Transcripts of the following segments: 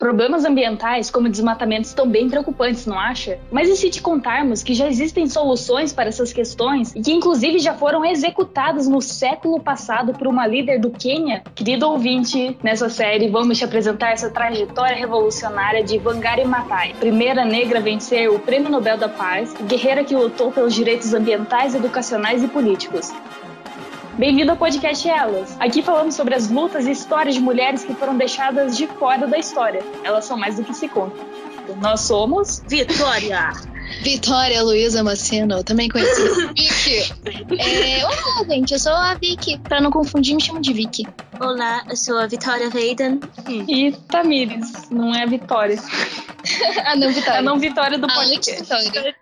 Problemas ambientais, como desmatamento, estão bem preocupantes, não acha? Mas e se te contarmos que já existem soluções para essas questões e que inclusive já foram executadas no século passado por uma líder do Quênia? Querido ouvinte, nessa série vamos te apresentar essa trajetória revolucionária de Wangari Maathai, primeira negra a vencer o Prêmio Nobel da Paz, guerreira que lutou pelos direitos ambientais, educacionais e políticos. Bem-vindo ao podcast Elas. Aqui falamos sobre as lutas e histórias de mulheres que foram deixadas de fora da história. Elas são mais do que se contam. Nós somos... Vitória Luísa Maceno, também conhecida como Vicky. Olá, gente, eu sou a Vicky. Pra não confundir, me chamam de Vicky. Olá, eu sou a Vitória Veiden. E Tamires, não é a Vitória. A não Vitória. A não Vitória do podcast. Vitória.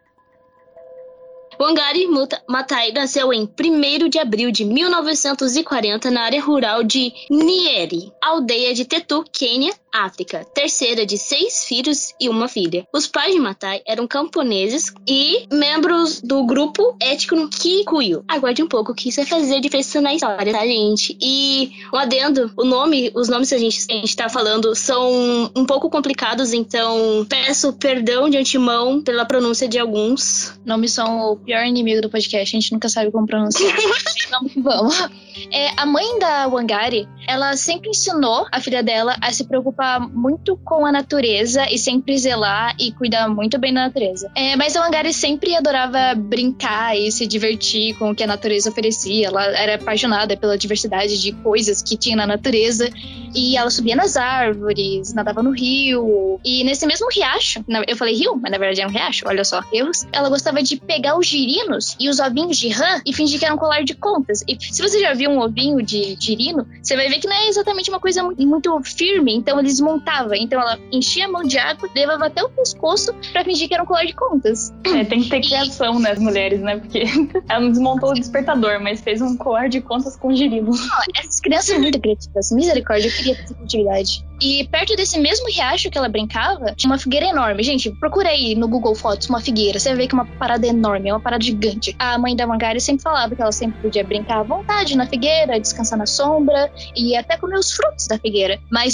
Wangari Maathai nasceu em 1º de abril de 1940 na área rural de Nyeri, aldeia de Tetu, Quênia, África, terceira de 6 filhos e uma filha. Os pais de Maathai eram camponeses e membros do grupo étnico Kikuyu. Aguarde um pouco que isso vai fazer diferença na história, tá, gente? E um adendo, os nomes que a gente tá falando são um pouco complicados, então peço perdão de antemão pela pronúncia de alguns. Nomes são o pior inimigo do podcast, a gente nunca sabe como pronunciar. Vamos. A mãe da Wangari, ela sempre ensinou a filha dela a se preocupar muito com a natureza e sempre zelar e cuidar muito bem da natureza. Mas a Wangari sempre adorava brincar e se divertir com o que a natureza oferecia. Ela era apaixonada pela diversidade de coisas que tinha na natureza e ela subia nas árvores, nadava no rio. E nesse mesmo riacho, eu falei rio, mas na verdade era um riacho, olha só, erros. Ela gostava de pegar os girinos e os ovinhos de rã e fingir que era um colar de contas. E se você já viu um ovinho de girino, você vai ver que não é exatamente uma coisa muito firme, então ele desmontava. Então ela enchia a mão de água, levava até o pescoço pra fingir que era um colar de contas. Tem que ter criação nas mulheres, né? Porque ela não desmontou o despertador, mas fez um colar de contas com girino. Essas crianças são muito criativas, misericórdia, eu queria ter essa criatividade. E perto desse mesmo riacho que ela brincava, tinha uma figueira enorme. Gente, procura aí no Google Fotos uma figueira, você vai ver que é uma parada enorme, é uma parada gigante. A mãe da Wangari sempre falava que ela sempre podia brincar à vontade na figueira, descansar na sombra e até comer os frutos da figueira. Mas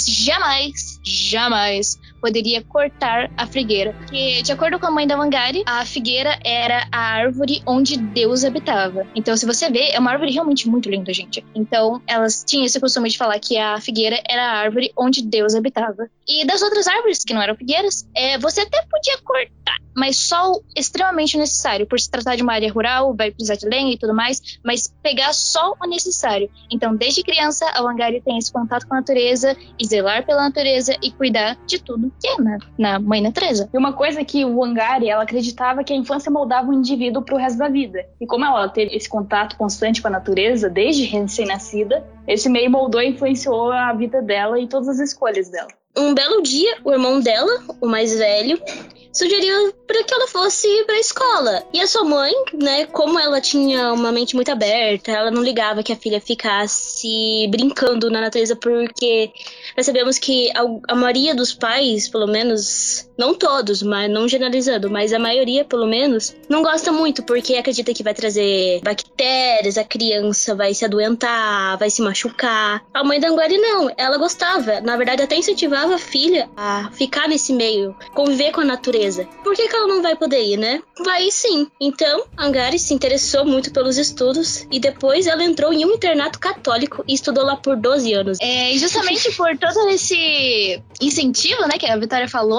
jamais poderia cortar a figueira. Porque, de acordo com a mãe da Wangari, a figueira era a árvore onde Deus habitava. Então, se você vê, é uma árvore realmente muito linda, gente. Então, elas tinham esse costume de falar que a figueira era a árvore onde Deus habitava. E das outras árvores, que não eram figueiras, você até podia cortar, mas só o extremamente necessário. Por se tratar de uma área rural, vai precisar de lenha e tudo mais, mas pegar só o necessário. Então, desde criança, a Wangari tem esse contato com a natureza, e zelar pela natureza e cuidar de tudo que é na mãe natureza. E uma coisa que o Wangari, ela acreditava que a infância moldava o indivíduo pro resto da vida. E como ela teve esse contato constante com a natureza, desde recém-nascida, esse meio moldou e influenciou a vida dela e todas as escolhas dela. Um belo dia, o irmão dela, o mais velho, sugeriu para que ela fosse para a escola. E a sua mãe, né, como ela tinha uma mente muito aberta, ela não ligava que a filha ficasse brincando na natureza, porque nós sabemos que a maioria dos pais, pelo menos, não todos, mas não generalizando, mas a maioria, pelo menos, não gosta muito, porque acredita que vai trazer bactérias, a criança vai se adoentar, vai se machucar. A mãe da Wangari não, ela gostava, na verdade até incentivava a filha a ficar nesse meio, conviver com a natureza. Por que ela não vai poder ir, né? Vai sim. Então, Wangari se interessou muito pelos estudos e depois ela entrou em um internato católico e estudou lá por 12 anos. E justamente por todo esse incentivo, né, que a Vitória falou,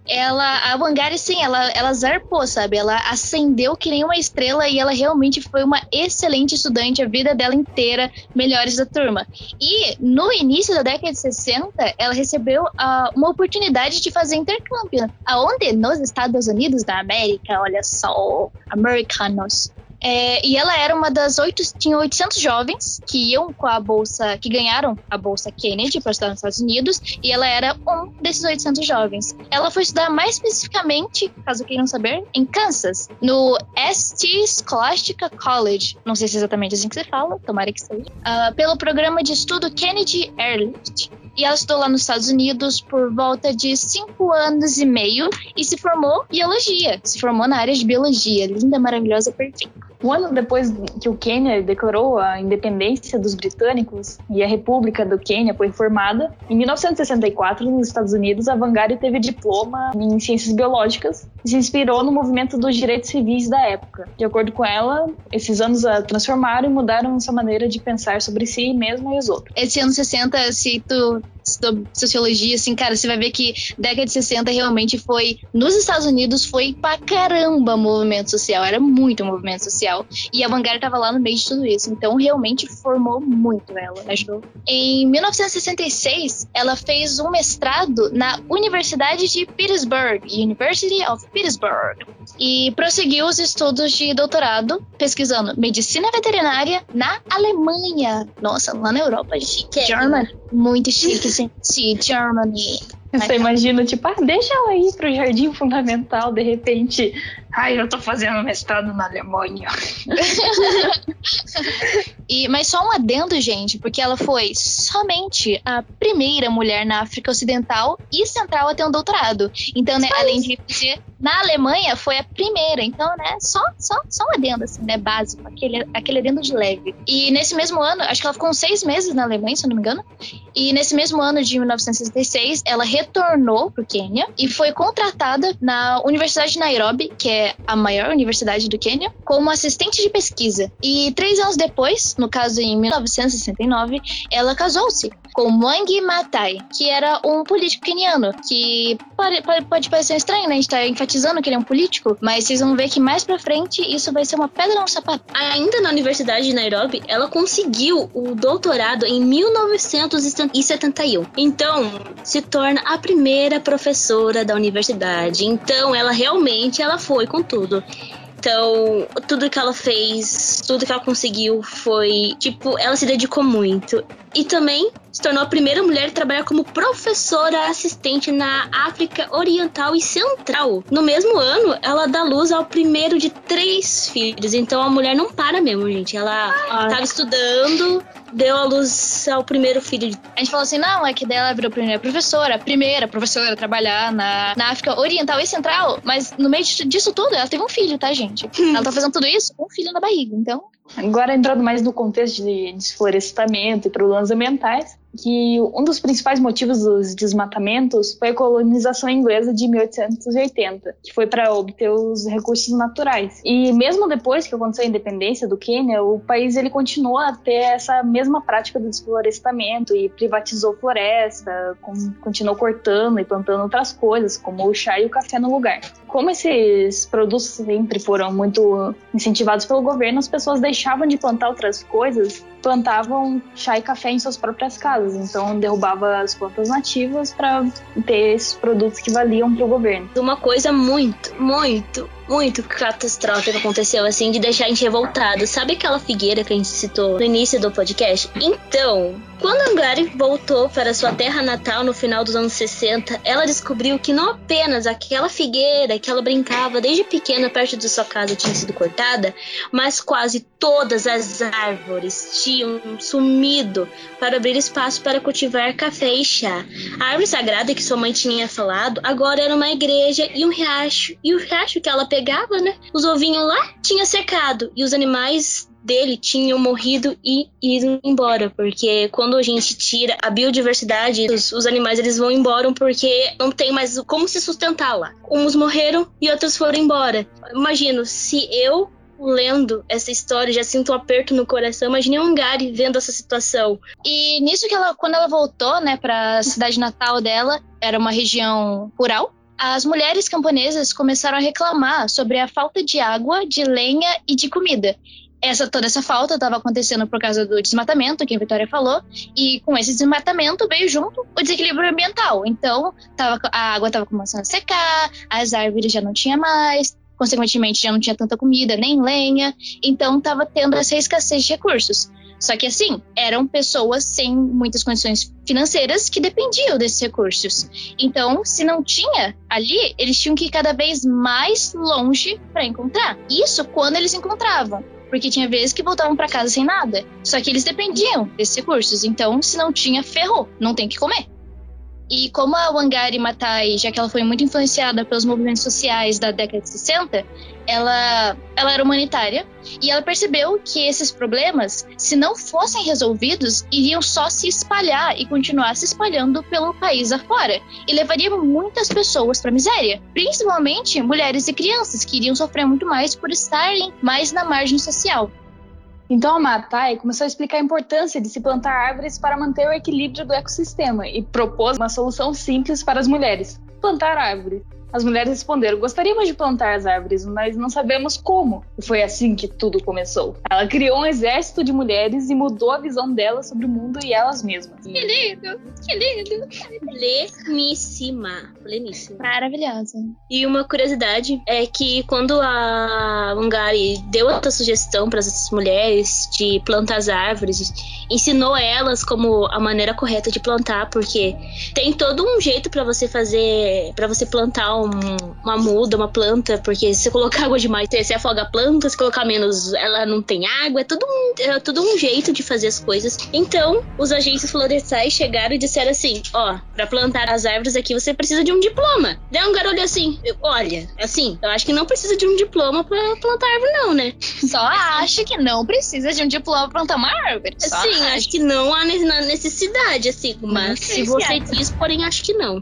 a Wangari, sim, ela zarpou, sabe? Ela acendeu que nem uma estrela e ela realmente foi uma excelente estudante a vida dela inteira, melhores da turma. E no início da década de 60, ela recebeu uma oportunidade de fazer intercâmbio. Aonde? Nos Estados Unidos da América, olha só, americanos. E ela era uma das tinha 800 jovens que iam com a bolsa, que ganharam a bolsa Kennedy para estudar nos Estados Unidos, e ela era um desses 800 jovens. Ela foi estudar mais especificamente, caso queiram saber, em Kansas, no St. Scholastica College, não sei se é exatamente assim que se fala, tomara que seja, pelo programa de estudo Kennedy Airlift. E ela estudou lá nos Estados Unidos por volta de 5 anos e meio e se formou em biologia. Se formou na área de biologia. Linda, maravilhosa, perfeita. Um ano depois que o Quênia declarou a independência dos britânicos e a República do Quênia foi formada, em 1964, nos Estados Unidos, a Wangari teve diploma em ciências biológicas e se inspirou no movimento dos direitos civis da época. De acordo com ela, esses anos a transformaram e mudaram sua maneira de pensar sobre si mesma e os outros. Esse ano 60, se tu estudou sociologia, assim, cara, você vai ver que década de 60 realmente foi, nos Estados Unidos, foi pra caramba movimento social, era muito movimento social. E a Wangari tava lá no meio de tudo isso, então realmente formou muito ela, ajudou. Em 1966, ela fez um mestrado na Universidade de Pittsburgh, University of Pittsburgh, e prosseguiu os estudos de doutorado pesquisando medicina veterinária na Alemanha. Nossa, lá na Europa, chique. Germany, muito chique, gente. Germany. Você imagina, tipo, deixa ela ir pro jardim fundamental, de repente, eu tô fazendo mestrado na Alemanha. Mas só um adendo, gente, porque ela foi somente a primeira mulher na África Ocidental e Central a ter um doutorado. Então, né, além de fazer na Alemanha, foi a primeira. Então, né, só um adendo, assim, né, básico, aquele adendo de leve. E nesse mesmo ano, acho que ela ficou uns 6 meses na Alemanha, se eu não me engano, e nesse mesmo ano de 1966, ela retornou pro Quênia e foi contratada na Universidade de Nairobi, que é a maior universidade do Quênia, como assistente de pesquisa. E 3 anos depois, no caso em 1969, ela casou-se com Mwangi Maathai, que era um político queniano, que pode parecer estranho, né? A gente tá enfatizando que ele é um político, mas vocês vão ver que mais pra frente isso vai ser uma pedra no sapato. Ainda na Universidade de Nairobi, ela conseguiu o doutorado em 1971. Então, se torna a primeira professora da universidade. Então, ela foi com tudo. Então, tudo que ela fez, tudo que ela conseguiu foi, ela se dedicou muito. E também se tornou a primeira mulher a trabalhar como professora assistente na África Oriental e Central. No mesmo ano, ela dá luz ao primeiro de 3 filhos. Então, a mulher não para mesmo, gente. Ela estava estudando, deu a luz ao primeiro filho. A gente falou assim, não, é que dela virou a primeira professora a trabalhar na África Oriental e Central, mas no meio disso tudo, ela teve um filho, tá, gente? Ela tá fazendo tudo isso com um filho na barriga, então... Agora, entrando mais no contexto de desflorestamento e problemas ambientais, que um dos principais motivos dos desmatamentos foi a colonização inglesa de 1880, que foi para obter os recursos naturais. E mesmo depois que aconteceu a independência do Quênia, o país ele continuou a ter essa mesma prática do desflorestamento e privatizou floresta, continuou cortando e plantando outras coisas, como o chá e o café no lugar. Como esses produtos sempre foram muito incentivados pelo governo, as pessoas deixavam de plantar outras coisas, plantavam chá e café em suas próprias casas. Então derrubava as plantas nativas para ter esses produtos que valiam para o governo. Uma coisa muito catastrófica que aconteceu, assim, de deixar a gente revoltado. Sabe aquela figueira que a gente citou no início do podcast? Então, quando a Wangari voltou para sua terra natal no final dos anos 60, ela descobriu que não apenas aquela figueira que ela brincava desde pequena perto de sua casa tinha sido cortada, mas quase todas as árvores tinham sumido para abrir espaço para cultivar café e chá. A árvore sagrada que sua mãe tinha falado agora era uma igreja e um riacho. E o riacho que ela pegava, né, os ovinhos lá, tinha secado. E os animais dele tinham morrido e ido embora, porque quando a gente tira a biodiversidade, os animais eles vão embora porque não tem mais como se sustentar lá. Uns morreram e outros foram embora. Imagino, se eu lendo essa história já sinto um aperto no coração, imagine a Wangari vendo essa situação. E nisso que quando ela voltou, né, para a cidade natal dela, era uma região rural, as mulheres camponesas começaram a reclamar sobre a falta de água, de lenha e de comida. Toda essa falta estava acontecendo por causa do desmatamento, que a Vitória falou, e com esse desmatamento veio junto o desequilíbrio ambiental. Então, a água estava começando a secar, as árvores já não tinha mais, consequentemente já não tinha tanta comida, nem lenha, então estava tendo essa escassez de recursos. Só que assim, eram pessoas sem muitas condições financeiras que dependiam desses recursos. Então, se não tinha ali, eles tinham que ir cada vez mais longe para encontrar. Isso quando eles encontravam. Porque tinha vezes que voltavam para casa sem nada. Só que eles dependiam desses recursos. Então, se não tinha, ferrou. Não tem o que comer. E como a Wangari Maathai, já que ela foi muito influenciada pelos movimentos sociais da década de 60, ela era humanitária e ela percebeu que esses problemas, se não fossem resolvidos, iriam só se espalhar e continuar se espalhando pelo país afora e levaria muitas pessoas para a miséria, principalmente mulheres e crianças, que iriam sofrer muito mais por estarem mais na margem social. Então a Maathai começou a explicar a importância de se plantar árvores para manter o equilíbrio do ecossistema e propôs uma solução simples para as mulheres: plantar árvore. As mulheres responderam: gostaríamos de plantar as árvores, mas não sabemos como. E foi assim que tudo começou. Ela criou um exército de mulheres e mudou a visão delas sobre o mundo e elas mesmas. Que lindo! Que lindo! Pleníssima. Maravilhosa. E uma curiosidade é que quando a Wangari deu essa sugestão para as mulheres de plantar as árvores, ensinou elas como a maneira correta de plantar, porque tem todo um jeito para você fazer, para você plantar uma muda, uma planta, porque se você colocar água demais, você afoga a planta, se colocar menos, ela não tem água, é tudo um jeito de fazer as coisas. Então, os agentes florestais chegaram e disseram assim: ó, pra plantar as árvores aqui você precisa de um diploma. Daí um garoto assim: olha, assim, eu acho que não precisa de um diploma pra plantar árvore não, né? Só acho que não precisa de um diploma pra plantar uma árvore. Sim, acho que não há necessidade, assim, mas se você diz, porém acho que não.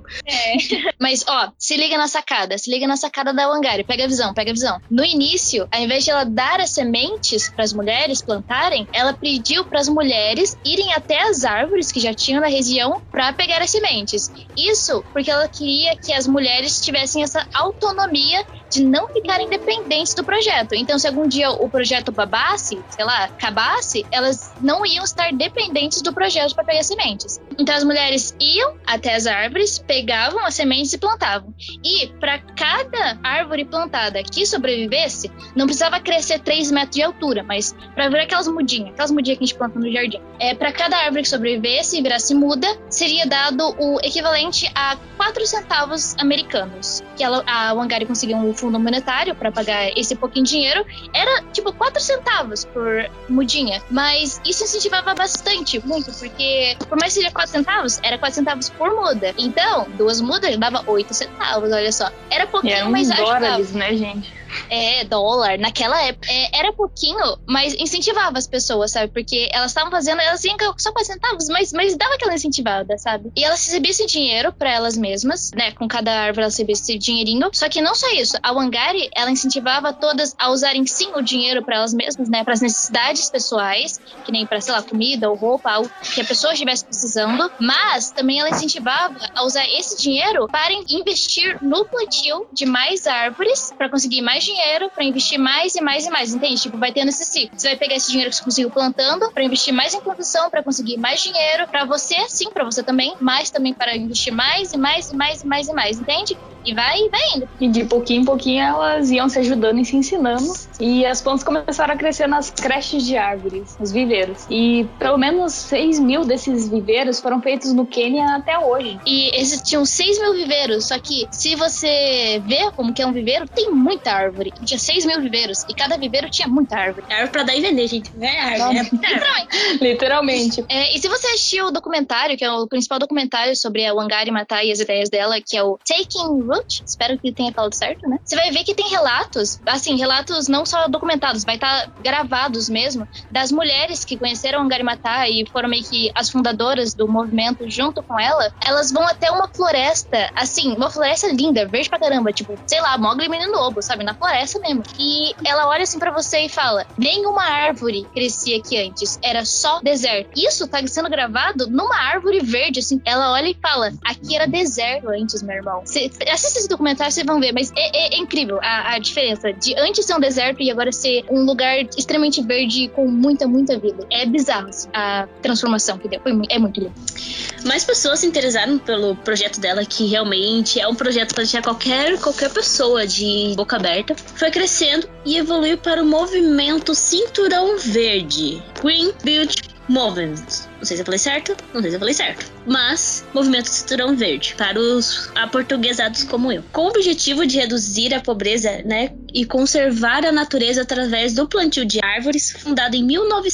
Mas, ó, se liga na sacada da Wangari, pega a visão. No início, ao invés de ela dar as sementes para as mulheres plantarem, ela pediu para as mulheres irem até as árvores que já tinham na região para pegar as sementes. Isso porque ela queria que as mulheres tivessem essa autonomia de não ficarem dependentes do projeto. Então, se algum dia o projeto babasse, sei lá, acabasse, elas não iam estar dependentes do projeto para pegar sementes. Então, as mulheres iam até as árvores, pegavam as sementes e plantavam. E para cada árvore plantada que sobrevivesse, não precisava crescer 3 metros de altura, mas para ver aquelas mudinhas que a gente planta no jardim. Para cada árvore que sobrevivesse e virasse muda, seria dado o equivalente a 4 centavos americanos. Que a Wangari conseguiu um fundo monetário para pagar esse pouquinho de dinheiro. Era tipo 4 centavos por mudinha, mas isso incentivava bastante, muito, porque por mais que seja 4 centavos, era 4 centavos por muda. Então, 2 mudas dava 8 centavos, olha só. Era pouquinho, mas ajudava. Dólares, né, gente? Dólar. Naquela época era pouquinho, mas incentivava as pessoas, sabe? Porque elas estavam fazendo, elas iam só 4 centavos, mas dava aquela incentivada, sabe? E elas recebiam esse dinheiro pra elas mesmas, né? Com cada árvore elas recebiam esse dinheirinho. Só que não só isso, a Wangari, ela incentivava todas a usarem sim o dinheiro pra elas mesmas, né? Pras necessidades pessoais, que nem pra, sei lá, comida ou roupa, algo que a pessoa estivesse precisando. Mas também ela incentivava a usar esse dinheiro para investir no plantio de mais árvores, pra conseguir mais dinheiro, pra investir mais e mais e mais, entende? Tipo, vai tendo esse ciclo. Você vai pegar esse dinheiro que você conseguiu plantando pra investir mais em plantação, pra conseguir mais dinheiro pra você, sim, pra você também, mas também para investir mais e mais e mais e mais e mais, entende? E vai indo. E de pouquinho em pouquinho elas iam se ajudando e se ensinando. E as plantas começaram a crescer nas creches de árvores, nos viveiros. E pelo menos 6 mil desses viveiros foram feitos no Quênia até hoje. E existiam 6 mil viveiros, só que se você vê como que é um viveiro, tem muita árvore. Tinha 6 mil viveiros e cada viveiro tinha muita árvore. Árvore pra dar e vender, gente. Literalmente. E se você assistiu o documentário, que é o principal documentário sobre a Wangari Maathai e as ideias dela, que é o Taking Root, espero que tenha falado certo, né? Você vai ver que tem relatos, assim, relatos não só documentados, vai estar gravados mesmo, das mulheres que conheceram a Wangari Maathai e foram meio que as fundadoras do movimento junto com ela. Elas vão até uma floresta, assim, uma floresta linda, verde pra caramba, tipo, sei lá, Mowgli e Menino Lobo, sabe? Na floresta mesmo. E ela olha assim pra você e fala: nenhuma árvore crescia aqui antes, era só deserto. Isso tá sendo gravado numa árvore verde, assim. Ela olha e fala: aqui era deserto antes, meu irmão. Assista esse documentário, vocês vão ver, mas é incrível a diferença de antes ser um deserto e agora ser um lugar extremamente verde com muita, muita vida. É bizarro, assim, a transformação que deu. É muito lindo. Mais pessoas se interessaram pelo projeto dela, que realmente é um projeto para deixar qualquer pessoa de boca aberta. Foi crescendo e evoluiu para o movimento Cinturão Verde, Green Belt Movement. Não sei se eu falei certo, não sei se eu falei certo. Mas, Movimento Cinturão Verde, para os aportuguesados como eu. Com o objetivo de reduzir a pobreza, né, e conservar a natureza através do plantio de árvores, fundado em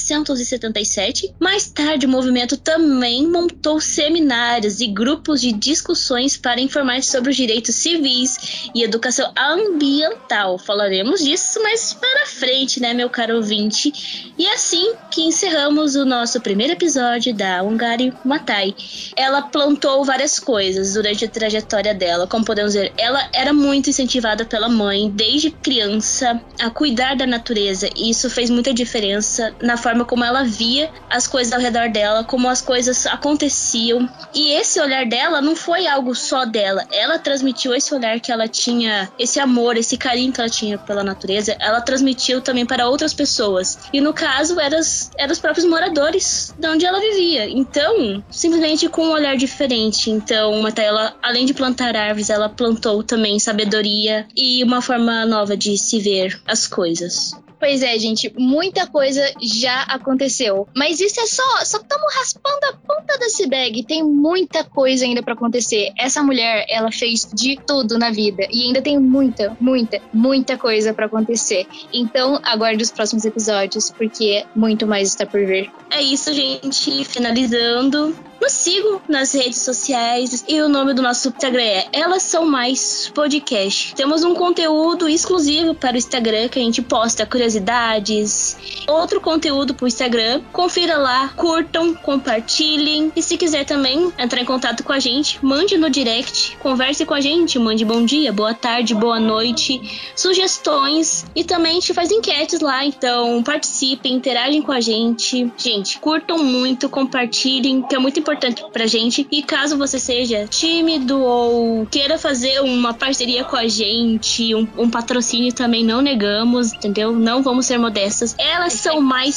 1977. Mais tarde, o movimento também montou seminários e grupos de discussões para informar sobre os direitos civis e educação ambiental. Falaremos disso mais para frente, né, meu caro ouvinte? E assim que encerramos o nosso primeiro episódio da Wangari Maathai. Ela plantou várias coisas durante a trajetória dela. Como podemos ver, ela era muito incentivada pela mãe desde criança a cuidar da natureza, e isso fez muita diferença na forma como ela via as coisas ao redor dela, como as coisas aconteciam. E esse olhar dela não foi algo só dela, ela transmitiu esse olhar que ela tinha, esse amor, esse carinho que ela tinha pela natureza, ela transmitiu também para outras pessoas, e no caso eram os próprios moradores de onde ela vivia. Então, simplesmente com um olhar diferente. Então, Maathai, ela, além de plantar árvores, ela plantou também sabedoria e uma forma nova de se ver as coisas. Pois é, gente, muita coisa já aconteceu. Mas isso é só estamos raspando a ponta da iceberg. Tem muita coisa ainda pra acontecer. Essa mulher, ela fez de tudo na vida. E ainda tem muita coisa pra acontecer. Então, aguarde os próximos episódios, porque muito mais está por vir. É isso, gente. Finalizando, nos sigam nas redes sociais e o nome do nosso Instagram é Elas São Mais Podcast. Temos um conteúdo exclusivo para o Instagram que a gente posta curiosidades, outro conteúdo para o Instagram. Confira lá, curtam, compartilhem, e se quiser também entrar em contato com a gente, mande no direct, converse com a gente, mande bom dia, boa tarde, boa noite, sugestões, e também a gente faz enquetes lá, então participem, interagem com a gente. Gente, curtam muito, compartilhem, que é muito importante pra gente. E caso você seja tímido ou queira fazer uma parceria com a gente, um patrocínio, também não negamos, entendeu? Não vamos ser modestas. Elas são mais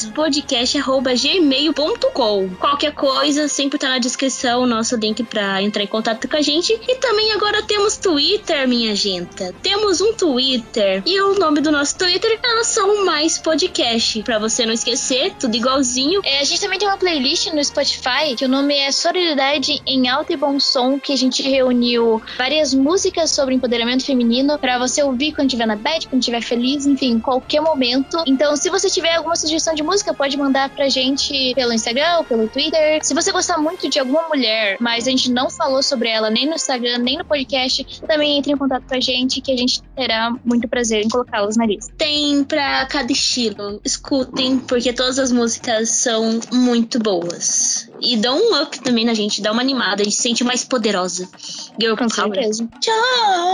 podcast@gmail.com. Qualquer coisa, sempre tá na descrição o nosso link pra entrar em contato com a gente. E também agora temos Twitter, minha gente. Temos um Twitter. E o nome do nosso Twitter, Elas São Mais Podcast. Pra você não esquecer, tudo igualzinho. A gente também tem uma playlist no Spotify, que o nome é Sororidade em Alto e Bom Som, que a gente reuniu várias músicas sobre empoderamento feminino pra você ouvir quando estiver na bad, quando estiver feliz, enfim, em qualquer momento. Então, se você tiver alguma sugestão de música, pode mandar pra gente pelo Instagram ou pelo Twitter. Se você gostar muito de alguma mulher, mas a gente não falou sobre ela nem no Instagram, nem no podcast, também entre em contato com a gente, que a gente terá muito prazer em colocá-las na lista. Tem pra cada estilo. Escutem, porque todas as músicas são muito boas. E dão um up também na gente, dá uma animada, a gente se sente mais poderosa. Girl Com power. certeza.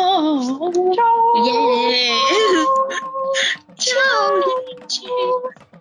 Tchau! Yeah! Tchau, gente!